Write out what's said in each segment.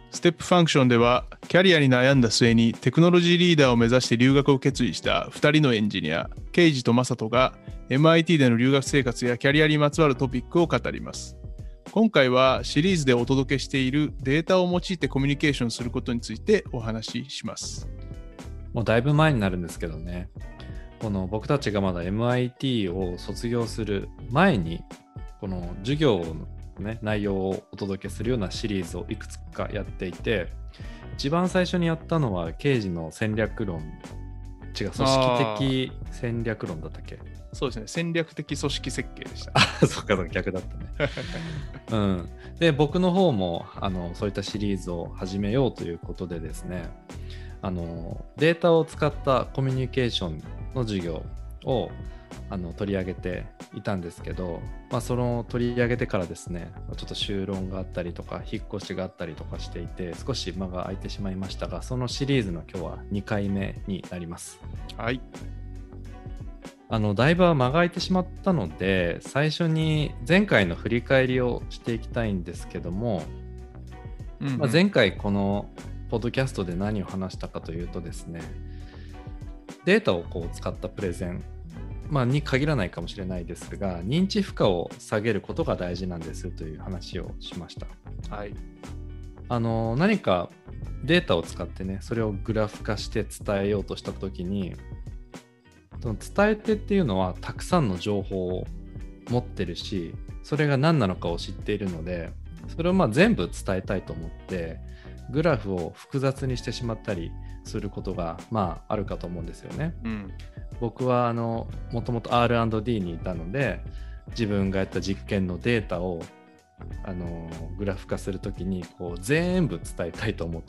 ステップファンクションでは、キャリアに悩んだ末にテクノロジーリーダーを目指して留学を決意した2人のエンジニア、ケイジとマサトが MIT での留学生活やキャリアにまつわるトピックを語ります。今回はシリーズでお届けしているデータを用いてコミュニケーションすることについてお話しします。 もうだいぶ前になるんですけどね、この僕たちがまだ MIT を卒業する前に、この授業の内容をお届けするようなシリーズをいくつかやっていて、一番最初にやったのは刑事の戦略論、組織的戦略論だったっけ？ そうですね、戦略的組織設計でした。 そうか、逆だったね。で、僕の方もそういったシリーズを始めようということでですね、データを使ったコミュニケーションの授業を取り上げていたんですけど、その取り上げてからですね、ちょっと修論があったりとか引っ越しがあったりとかしていて、少し間が空いてしまいましたが、そのシリーズの今日は2回目になります。 はい。 だいぶ間が空いてしまったので、最初に前回の振り返りをしていきたいんですけども、前回このポッドキャストで何を話したかというとですね、データを使ったプレゼン、に限らないかもしれないですが、認知負荷を下げることが大事なんですという話をしました。 はい。 何かデータを使ってね、それをグラフ化して伝えようとしたときに、その伝え手っていうのはたくさんの情報を持ってるし、それが何なのかを知っているので、それを全部伝えたいと思ってグラフを複雑にしてしまったりすることがあるかと思うんですよね。僕はもともと R&D にいたので、自分がやった実験のデータをグラフ化するときに全部伝えたいと思って、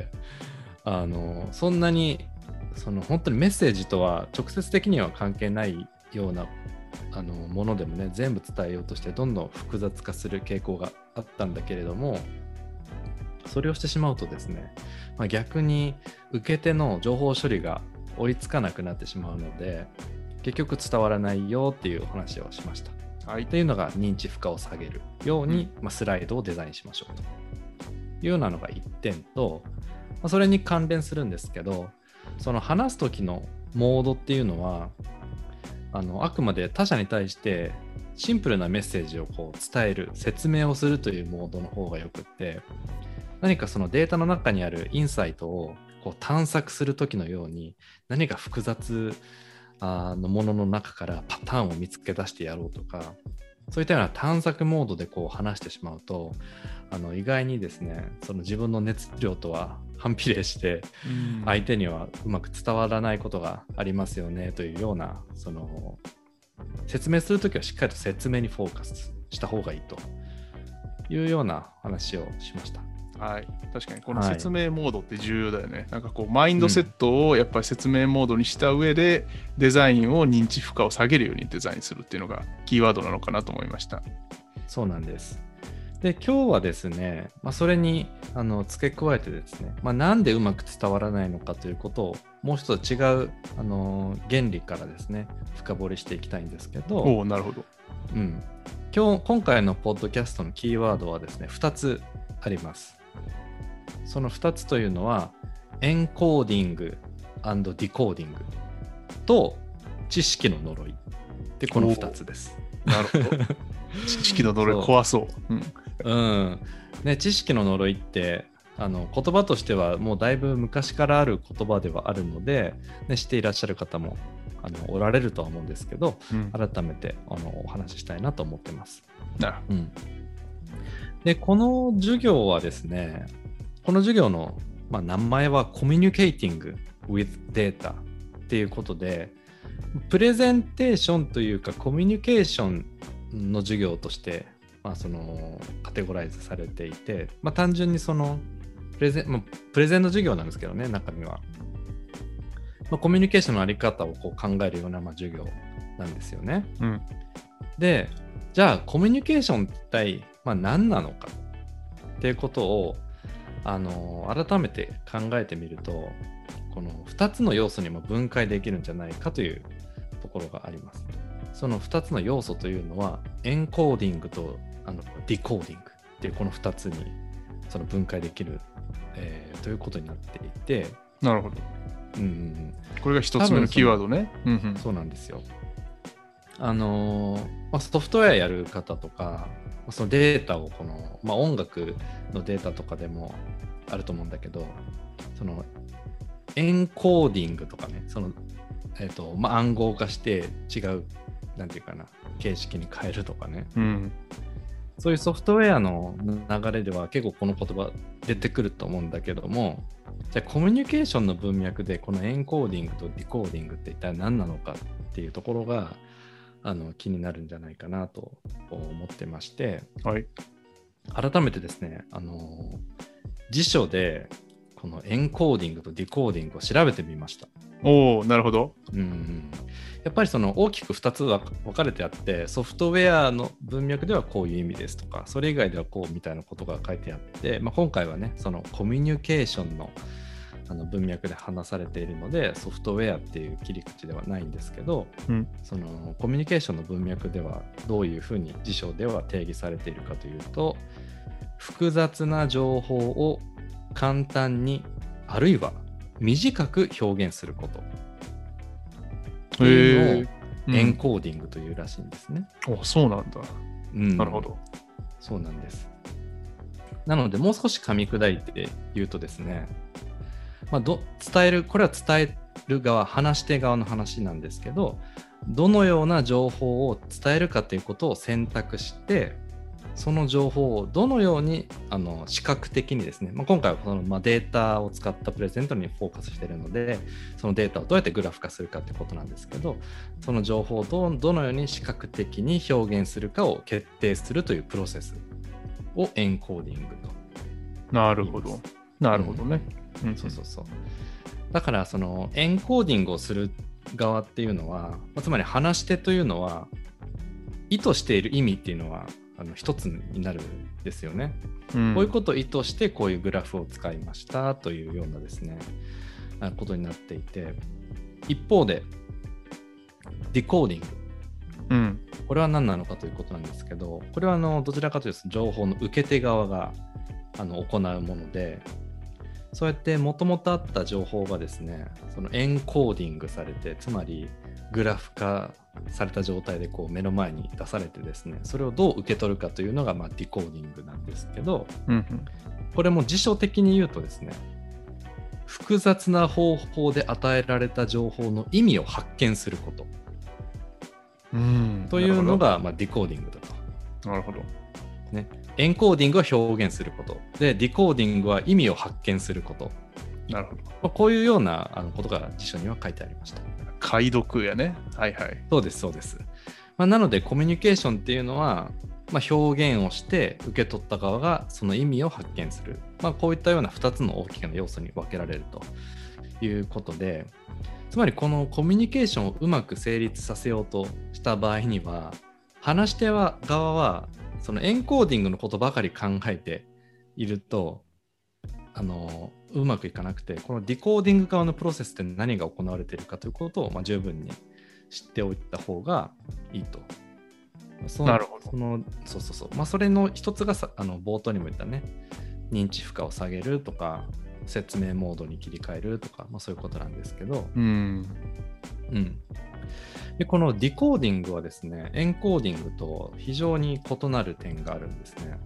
そんなに本当にメッセージとは直接的には関係ないようなものでもね、全部伝えようとしてどんどん複雑化する傾向があったんだけれども、それをしてしまうとですね、逆に受け手の情報処理が追いつかなくなってしまうので、結局伝わらないよっていうお話をしました。はい、っていうのが認知負荷を下げるように、スライドをデザインしましょうというようなのが1点と、それに関連するんですけど、その話す時のモードっていうのはあくまで他者に対してシンプルなメッセージを伝える、説明をするというモードの方がよくって、何かそのデータの中にあるインサイトを探索する時のように、何か複雑のものの中からパターンを見つけ出してやろうとか、そういったような探索モードで話してしまうと、意外にですね、その自分の熱量とは反比例して相手にはうまく伝わらないことがありますよねというような、その説明するときはしっかりと説明にフォーカスした方がいいというような話をしました。 はい、確かにこの説明モードって重要だよね。なんかマインドセットをやっぱり説明モードにした上で、デザインを認知負荷を下げるようにデザインするっていうのがキーワードなのかなと思いました。 そうなんです。で、今日はですね、それに付け加えてですね、なんでうまく伝わらないのかということをもう一つ違う原理からですね、深掘りしていきたいんですけど。 なるほど。 今回のポッドキャストのキーワードはですね、2つあります。その2つというのは、エンコーディング&ディコーディングと知識の呪いで、この2つです。 なるほど。知識の呪い怖そう。 知識の呪いって言葉としてはもうだいぶ昔からある言葉ではあるので、知っていらっしゃる方もおられるとは思うんですけど、改めてお話ししたいなと思ってます。 なるほど。 で、この授業はですね、この授業の、名前は Communicating with Data っていうことで、プレゼンテーションというかコミュニケーションの授業として、そのカテゴライズされていて、単純にそのプレゼンの授業なんですけどね、中身は、コミュニケーションのあり方を考えるような授業なんですよね。で、じゃあコミュニケーションって一体何なのかっていうことを改めて考えてみると、この2つの要素にも分解できるんじゃないかというところがあります。その2つの要素というのは、エンコーディングとディコーディングっていうこの2つにその分解できる、ということになっていて、 なるほど。 うんうんうん、 これが一つ目のキーワードね。 そうなんですよ。ソフトウェアやる方とか、そのデータを音楽のデータとかでもあると思うんだけど、そのエンコーディングとかね、暗号化して違う、なんていうかな、形式に変えるとかね、そういうソフトウェアの流れでは結構この言葉出てくると思うんだけども、じゃあコミュニケーションの文脈でこのエンコーディングとディコーディングって一体何なのかっていうところが気になるんじゃないかなと思ってまして、 はい、 改めてですね、辞書でこのエンコーディングとディコーディングを調べてみました。 おー、なるほど。 やっぱりその大きく2つ分かれてあって、ソフトウェアの文脈ではこういう意味ですとか、それ以外ではこうみたいなことが書いてあって、今回はね、そのコミュニケーションの文脈で話されているので、ソフトウェアっていう切り口ではないんですけど、そのコミュニケーションの文脈ではどういうふうに辞書では定義されているかというと、複雑な情報を簡単にあるいは短く表現することっていうのをエンコーディングというらしいんですね。 そうなんだ。なるほど。 そうなんです。なのでもう少し噛み砕いて言うとですね、これは伝える側、話し手側の話なんですけど、どのような情報を伝えるかということを選択して、その情報をどのように視覚的にですね、今回はこのデータを使ったプレゼントにフォーカスしているので、そのデータをどうやってグラフ化するかということなんですけど、その情報をどのように視覚的に表現するかを決定するというプロセスをエンコーディングと。 なるほど。なるほどね。 そうそうそう。だからそのエンコーディングをする側っていうのは、つまり話し手というのは意図している意味っていうのは一つになるんですよね。こういうことを意図してこういうグラフを使いましたというようなですね、ことになっていて、一方でディコーディング、これは何なのかということなんですけど、これはどちらかというと情報の受け手側が行うもので、そうやってもともとあった情報がですね、そのエンコーディングされて、つまりグラフ化された状態でこう目の前に出されてですね、それをどう受け取るかというのがディコーディングなんですけど、これも辞書的に言うとですね、複雑な方法で与えられた情報の意味を発見すること、というのがディコーディングだと。 なるほど。 ね、エンコーディングは表現することで、ディコーディングは意味を発見すること。 なるほど。 こういうようなことが辞書には書いてありました。 解読やね。はいはい。 そうです、そうです。なのでコミュニケーションっていうのは、表現をして受け取った側がその意味を発見する。こういったような2つの大きな要素に分けられるということで、つまりこのコミュニケーションをうまく成立させようとした場合には、話し手側はそのエンコーディングのことばかり考えているとうまくいかなくて、このディコーディング側のプロセスって何が行われているかということを十分に知っておいた方がいいと。 なるほど。 それの一つが冒頭にも言ったね、認知負荷を下げるとか、説明モードに切り替えるとか、そういうことなんですけど、でこのディコーディングはですね、エンコーディングと非常に異なる点があるんですね。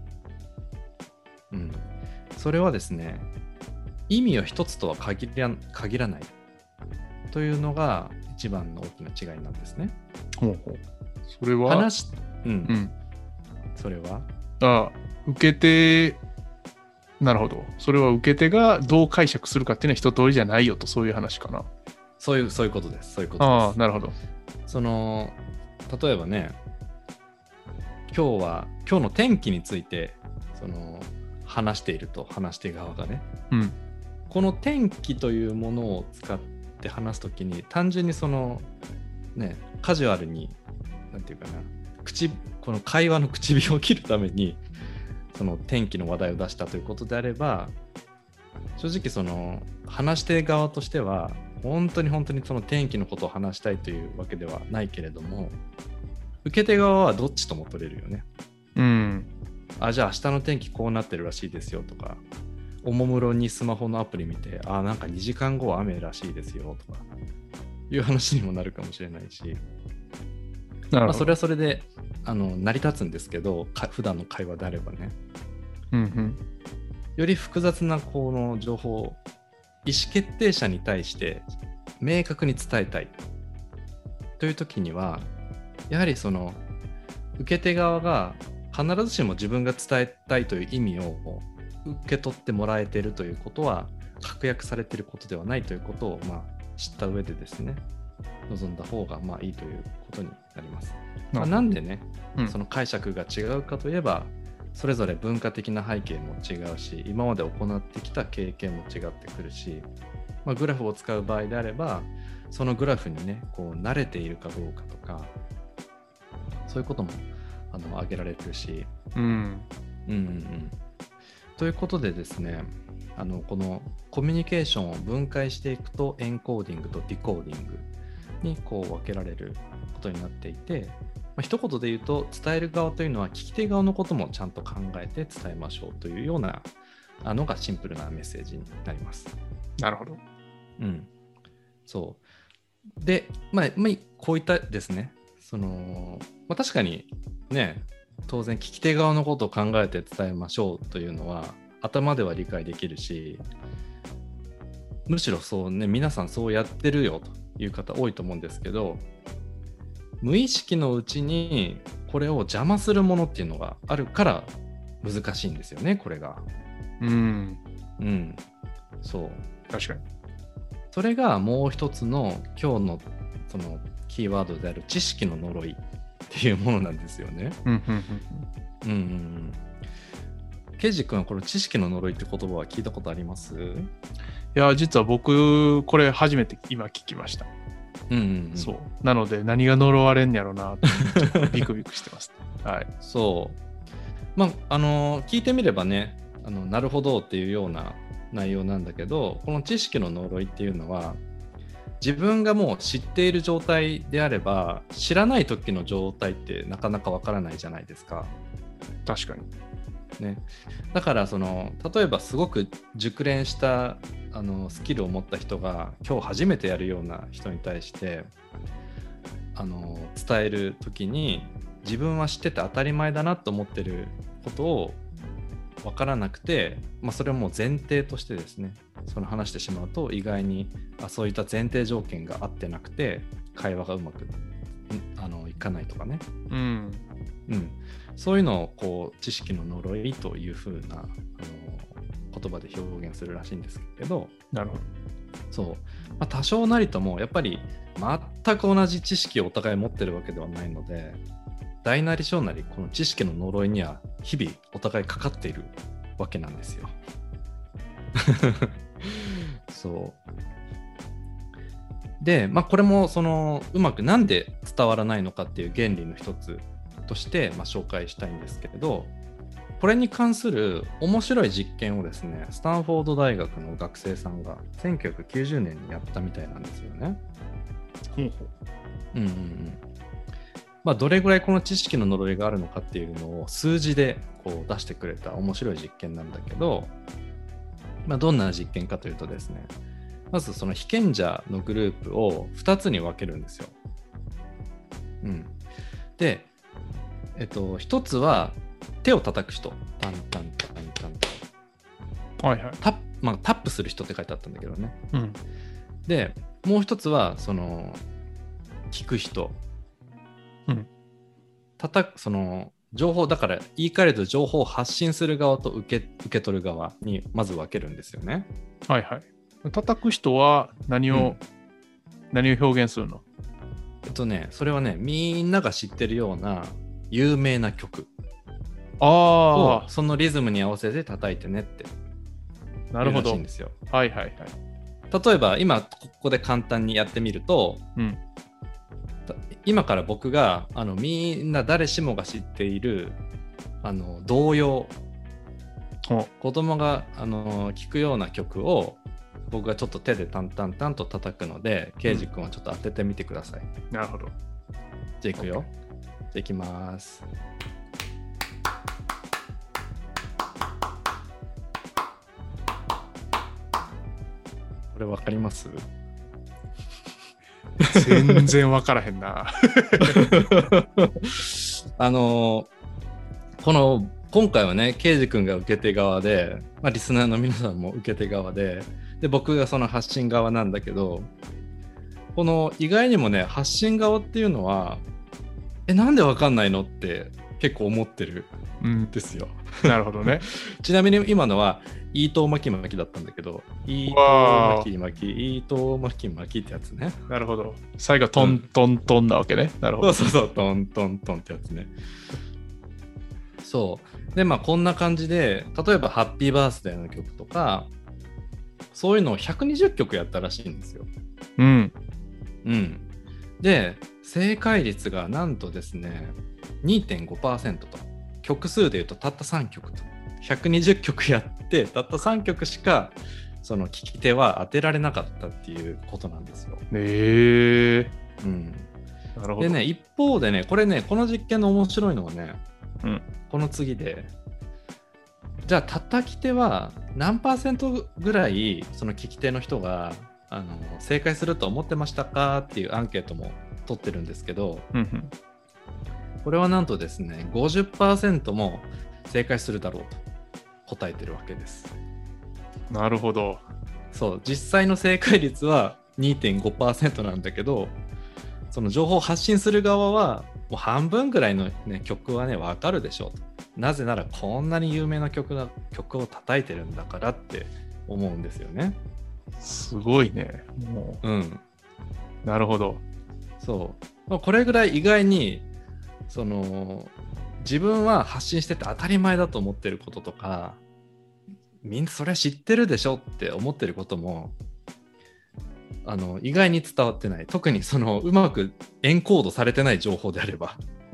それはですね、意味を一つとは限らないというのが一番の大きな違いなんですね。 それはそれは受け手、なるほど。それは受け手がどう解釈するかっていうのは一通りじゃないよと、そういう話かな。 そういうことです。そういうことです。 なるほど。 例えばね、今日の天気について話していると、話し手側がね、この天気というものを使って話すときに、単純にカジュアルになんていうかな、この会話の口火を切るためにその天気の話題を出したということであれば、正直話し手側としては本当にその天気のことを話したいというわけではないけれども、受け手側はどっちとも取れるよね。 じゃあ明日の天気こうなってるらしいですよとか、おもむろにスマホのアプリ見て、なんか2時間後は雨らしいですよとかいう話にもなるかもしれないし、それはそれで成り立つんですけど、普段の会話であればね、より複雑なこの情報を意思決定者に対して明確に伝えたいという時には、やはりその受け手側が必ずしも自分が伝えたいという意味を受け取ってもらえているということは確約されていることではないということを知った上でですね、臨んだ方がいいということになります。なんでね、その解釈が違うかといえば、それぞれ文化的な背景も違うし、今まで行ってきた経験も違ってくるし、グラフを使う場合であれば、そのグラフにね、こう慣れているかどうかとか、そういうことも挙げられるし、ということでですね、このコミュニケーションを分解していくと、エンコーディングとディコーディングにこう分けられることになっていて、一言で言うと、伝える側というのは聞き手側のこともちゃんと考えて伝えましょうというようなのがシンプルなメッセージになります。 なるほど。 そう。で、こういったですね、確かにね、当然聞き手側のことを考えて伝えましょうというのは頭では理解できるし、むしろそうね、皆さんそうやってるよという方多いと思うんですけど、無意識のうちにこれを邪魔するものっていうのがあるから難しいんですよね、これが。そう。 確かに。 それがもう一つの今日のそのキーワードである知識の呪いっていうものなんですよね。ケイジ君はこの知識の呪いって言葉は聞いたことあります？ いや、実は僕これ初めて今聞きました。そうなので何が呪われんやろうなとビクビクしてます、はい。 そう聞いてみればね、なるほどっていうような内容なんだけど、この知識の呪いっていうのは、自分がもう知っている状態であれば、知らない時の状態ってなかなかわからないじゃないですか。 確かにね。だから例えばすごく熟練したスキルを持った人が今日初めてやるような人に対して伝える時に、自分は知ってて当たり前だなと思ってることを分からなくて、それをもう前提としてですね、話してしまうと、意外にそういった前提条件が合ってなくて会話がうまくいかないとかね、そういうのをこう知識の呪いというふうな言葉で表現するらしいんですけど。 なるほど。 そう、多少なりともやっぱり全く同じ知識をお互い持ってるわけではないので、大なり小なりこの知識の呪いには日々お互いかかっているわけなんですよ。そうで、これもうまくなんで伝わらないのかっていう原理の一つとして、紹介したいんですけれど、これに関する面白い実験をですね、スタンフォード大学の学生さんが1990年にやったみたいなんですよね。どれぐらいこの知識の呪いがあるのかっていうのを数字でこう出してくれた面白い実験なんだけど、どんな実験かというとですね、まずその被験者のグループを2つに分けるんですよ。で、1つは手を叩く人、タンタンタンタンタン、タップする人って書いてあったんだけどね。で、もう1つは聞く人、情報だから言い換えると、情報を発信する側と受け取る側にまず分けるんですよね。 叩く人は何を表現するの？ それはね、みんなが知ってるような有名な曲をそのリズムに合わせて叩いてねって言うらしいんですよ。例えば今ここで簡単にやってみると、今から僕がみんな誰しもが知っている童謡、子供が聞くような曲を僕がちょっと手でタンタンタンと叩くので、ケイジ君はちょっと当ててみてください。 なるほど。 じゃあいくよ。じゃあいきます。 これ分かります？ 全然分からへんな。 今回はね、ケイジ君が受け手側で、リスナーの皆さんも受け手側で、僕がその発信側なんだけど、この意外にもね、発信側っていうのは、なんで分かんないのって結構思ってるんですよ。 なるほどね。 ちなみに今のは、イート巻き巻きだったんだけど、イート巻き巻き、イート巻き巻きってやつね。 なるほど。最後トントントンなわけね。なるほど。 そうトントントンってやつね。そうで、こんな感じで、例えばハッピーバースデーの曲とか、そういうのを120曲やったらしいんですよ。で、正解率がなんとですね 2.5% と、曲数でいうとたった3曲と、120曲やってたった3曲しかその聞き手は当てられなかったっていうことなんですよ。 なるほど。 でね、一方でね、これね、この実験の面白いのはね、この次で、じゃあ叩き手は何%ぐらいその聞き手の人が正解すると思ってましたかっていうアンケートも取ってるんですけど、これはなんとですね 50% も正解するだろうと答えてるわけです。 なるほど。 そう、実際の正解率は 2.5% なんだけど、その情報を発信する側はもう半分ぐらいの、ね、曲はね分かるでしょうと。なぜならこんなに有名な曲を叩いてるんだからって思うんですよね。 すごいね。もうなるほど。 そう、これぐらい意外にその自分は発信してて当たり前だと思ってることとか、みんなそれは知ってるでしょって思ってることも意外に伝わってない。特にそのうまくエンコードされてない情報であれば、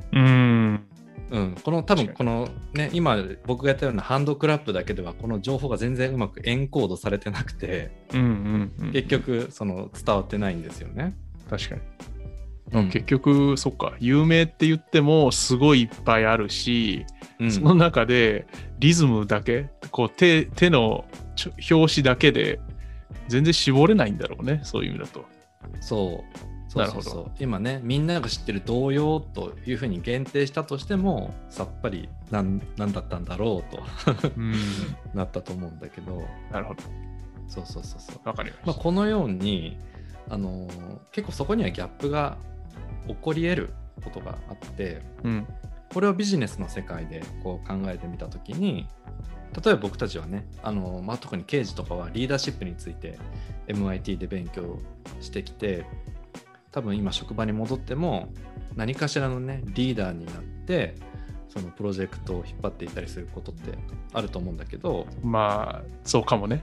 この多分このね、今僕がやったようなハンドクラップだけではこの情報が全然うまくエンコードされてなくて、結局その伝わってないんですよね。 確かに。結局そっか、有名って言ってもすごいいっぱいあるし、その中でリズムだけ、こう手の拍子だけで全然絞れないんだろうね、そういう意味だと。 なるほど。今ね、みんなが知ってる童謡というふうに限定したとしてもさっぱり何だったんだろうとなったと思うんだけど。 なるほど。 そうわかりました。 このように結構そこにはギャップが起こり得ることがあって、これをビジネスの世界でこう考えてみたときに、例えば僕たちはね、特に刑事とかはリーダーシップについて MIT で勉強してきて、多分今職場に戻っても何かしらのねリーダーになってそのプロジェクトを引っ張っていったりすることってあると思うんだけど、 そうかもね。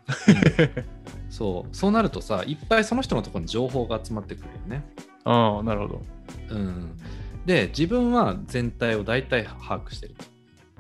そうなるとさ、いっぱいその人のところに情報が集まってくるよね。 なるほど。 で、自分は全体を大体把握してると。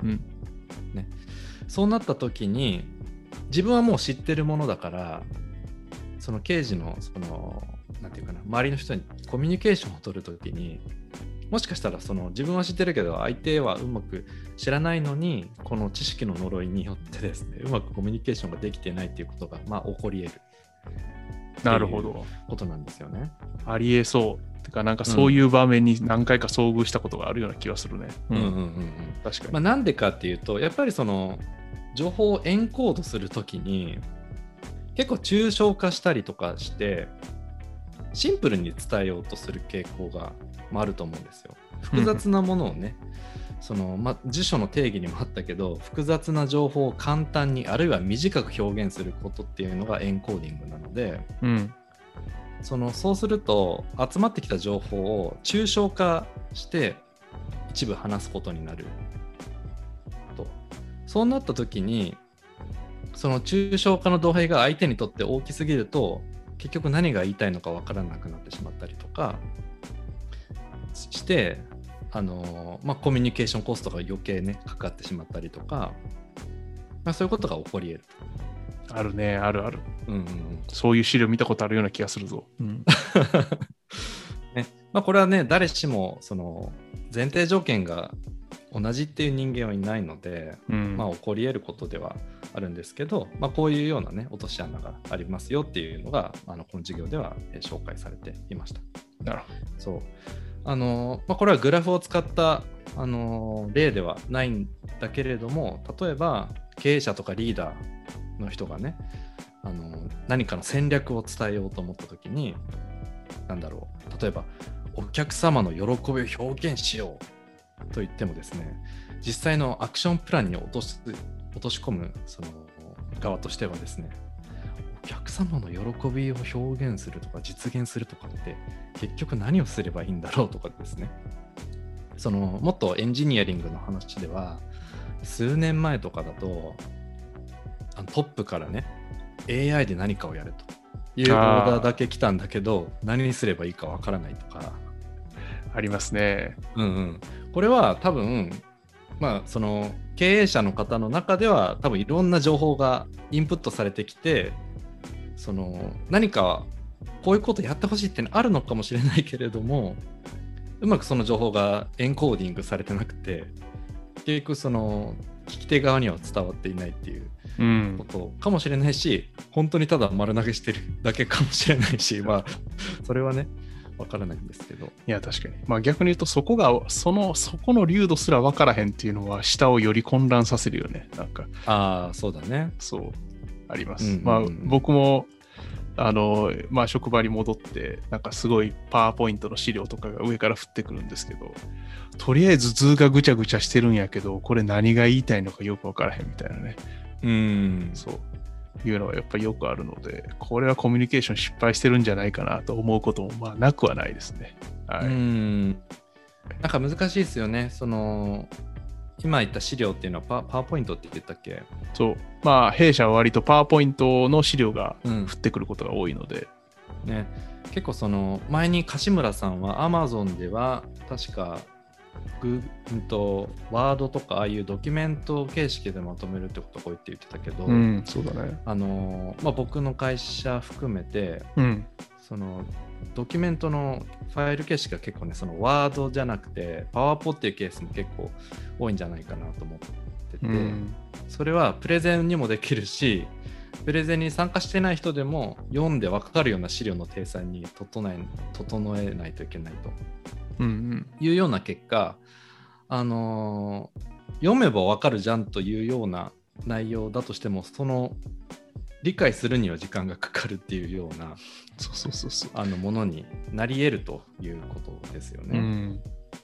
そうなった時に自分はもう知ってるものだから、その刑事のそのなんていうかな、周りの人にコミュニケーションを取るときに、もしかしたらその自分は知ってるけど相手はうまく知らないのに、この知識の呪いによってですね、うまくコミュニケーションができてないっていうことが起こり得る。 なるほど。 ことなんですよね。 ありえそう。てかなんかそういう場面に何回か遭遇したことがあるような気がするね。確かに。 なんでかっていうと、やっぱりその情報をエンコードするときに結構抽象化したりとかしてシンプルに伝えようとする傾向があると思うんですよ。複雑なものをね、その辞書の定義にもあったけど、複雑な情報を簡単にあるいは短く表現することっていうのがエンコーディングなので、そうすると集まってきた情報を抽象化して一部話すことになると。そうなった時にその抽象化の度合いが相手にとって大きすぎると、結局何が言いたいのか分からなくなってしまったりとかして、コミュニケーションコストが余計ねかかってしまったりとか、そういうことが起こり得る。 あるね、ある。そういう資料見たことあるような気がするぞ。これはね、誰しもその前提条件が同じっていう人間はいないので、 うんまあ起こり得ることではあるんですけど、まあ、こういうようなね落とし穴がありますよっていうのがこの授業では紹介されていました。 なるほそうまあ、これはグラフを使った例ではないんだけれども、例えば経営者とかリーダーの人がね何かの戦略を伝えようと思った時に、なんだろう、例えばお客様の喜びを表現しようと言ってもですね、実際のアクションプランに落とし込むその側としてはですね、お客様の喜びを表現するとか実現するとかって結局何をすればいいんだろうとかですね、もっとエンジニアリングの話では数年前とかだとトップからね AI で何かをやるというオーダーだけ来たんだけど、何にすればいいかわからないとかありますね。 これは多分まあその経営者の方の中では多分いろんな情報がインプットされてきて、何かこういうことやってほしいってあるのかもしれないけれども、うまくその情報がエンコーディングされてなくて、結局聞き手側には伝わっていないっていうことかもしれないし、本当にただ丸投げしてるだけかもしれないし、まあそれはねわからないんですけど。 いや確かに、まあ逆に言うとそこの流度すら分からへんっていうのは下をより混乱させるよね。なんかそうだね、 そうあります。まあ僕もまあ職場に戻ってなんかすごいパワーポイントの資料とかが上から降ってくるんですけど、とりあえず図がぐちゃぐちゃしてるんやけど、これ何が言いたいのかよく分からへんみたいなね。そういうのはやっぱりよくあるので、これはコミュニケーション失敗してるんじゃないかなと思うこともまあなくはないですね。はい。 なんか難しいですよね。今言った資料っていうのはパワーポイントって言ったっけ？ そう。まあ弊社は割とパワーポイントの資料が降ってくることが多いので。 ね、結構前に柏村さんは Amazon では確かワードとかああいうドキュメント形式でまとめるってことを言ってたけど、 そうだね。 まあ、僕の会社含めて、ドキュメントのファイル形式が結構ね、ワードじゃなくてパワーポっていうケースも結構多いんじゃないかなと思ってて、それはプレゼンにもできるし、プレゼンに参加してない人でも読んで分かるような資料の体裁に整えないといけないというような結果、読めば分かるじゃんというような内容だとしても、理解するには時間がかかるっていうようなものになり得るということですよね。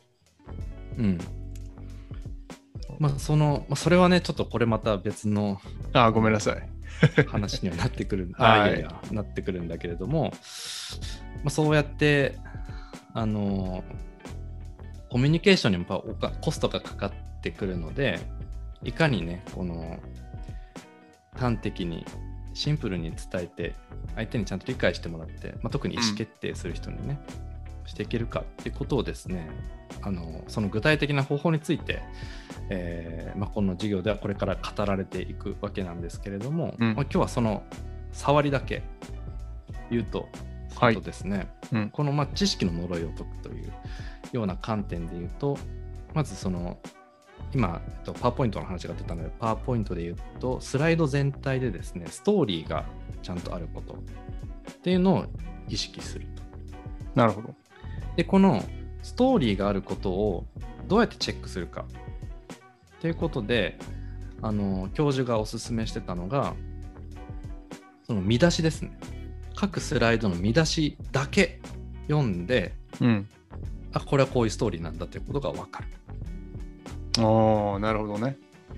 まあそれはねちょっとこれまた別のごめんなさい話にはなってくるなってくるんだけれども、そうやってコミュニケーションにもコストがかかってくるので、いかにね端的にシンプルに伝えて相手にちゃんと理解してもらって、特に意思決定する人にね、していけるかってことをですね、その具体的な方法について、この授業ではこれから語られていくわけなんですけれども、今日はその触りだけ言うとですね、この知識の呪いを解くというような観点で言うと、まず今パワーポイントの話が出たので、パワーポイントで言うとスライド全体でですね、ストーリーがちゃんとあることっていうのを意識すると。 なるほど。 でこのストーリーがあることをどうやってチェックするかということで、教授がおすすめしてたのがその見出しですね。各スライドの見出しだけ読んで、これはこういうストーリーなんだということが分かる。 なるほどね。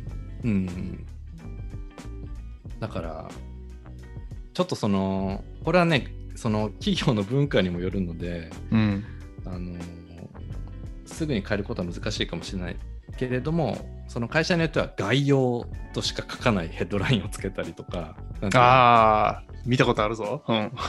だからちょっとこれはね、企業の文化にもよるので、すぐに変えることは難しいかもしれないけれども、その会社によっては概要としか書かないヘッドラインをつけたりとか、 見たことあるぞ。 なんか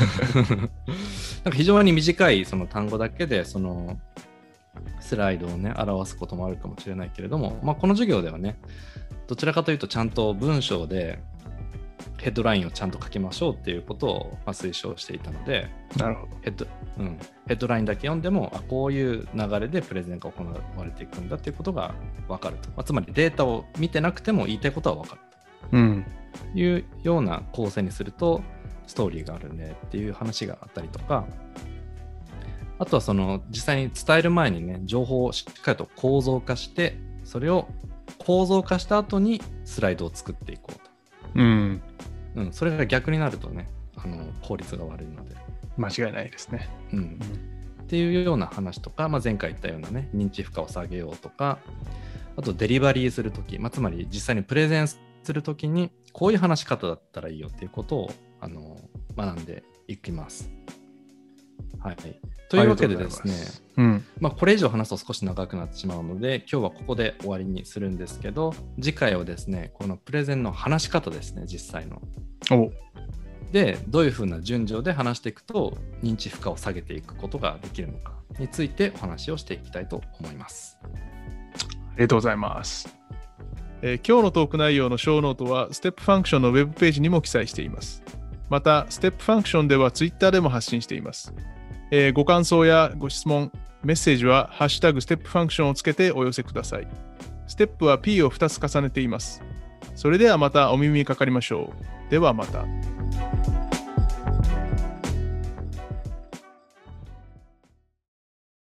非常に短い単語だけでスライドをね表すこともあるかもしれないけれども、この授業ではね、どちらかというとちゃんと文章でヘッドラインをちゃんと書きましょうっていうことを推奨していたので、 なるほど。 ヘッドラインだけ読んでもこういう流れでプレゼンが行われていくんだっていうことが分かると、つまりデータを見てなくても言いたいことは分かるというような構成にするとストーリーがあるねっていう話があったりとか、あとはその実際に伝える前にね、情報をしっかりと構造化して、それを構造化した後にスライドを作っていこうと。それが逆になるとね、効率が悪いので。 間違いないですね。 っていうような話とか、前回言ったようなね、認知負荷を下げようとか、あとデリバリーするとき、つまり実際にプレゼンするときに、こういう話し方だったらいいよっていうことを学んでいきます。はい。というわけでですね、これ以上話すと少し長くなってしまうので、今日はここで終わりにするんですけど、次回はですね、このプレゼンの話し方ですね、実際の。で、どういうふうな順序で話していくと認知負荷を下げていくことができるのかについてお話をしていきたいと思います。 ありがとうございます。今日のトーク内容のショーノートはステップファンクションのウェブページにも記載しています。また、ステップファンクションではツイッターでも発信しています。ご感想やご質問、メッセージはハッシュタグステップファンクションをつけてお寄せください。ステップは P を2つ重ねています。それではまたお耳にかかりましょう。ではまた。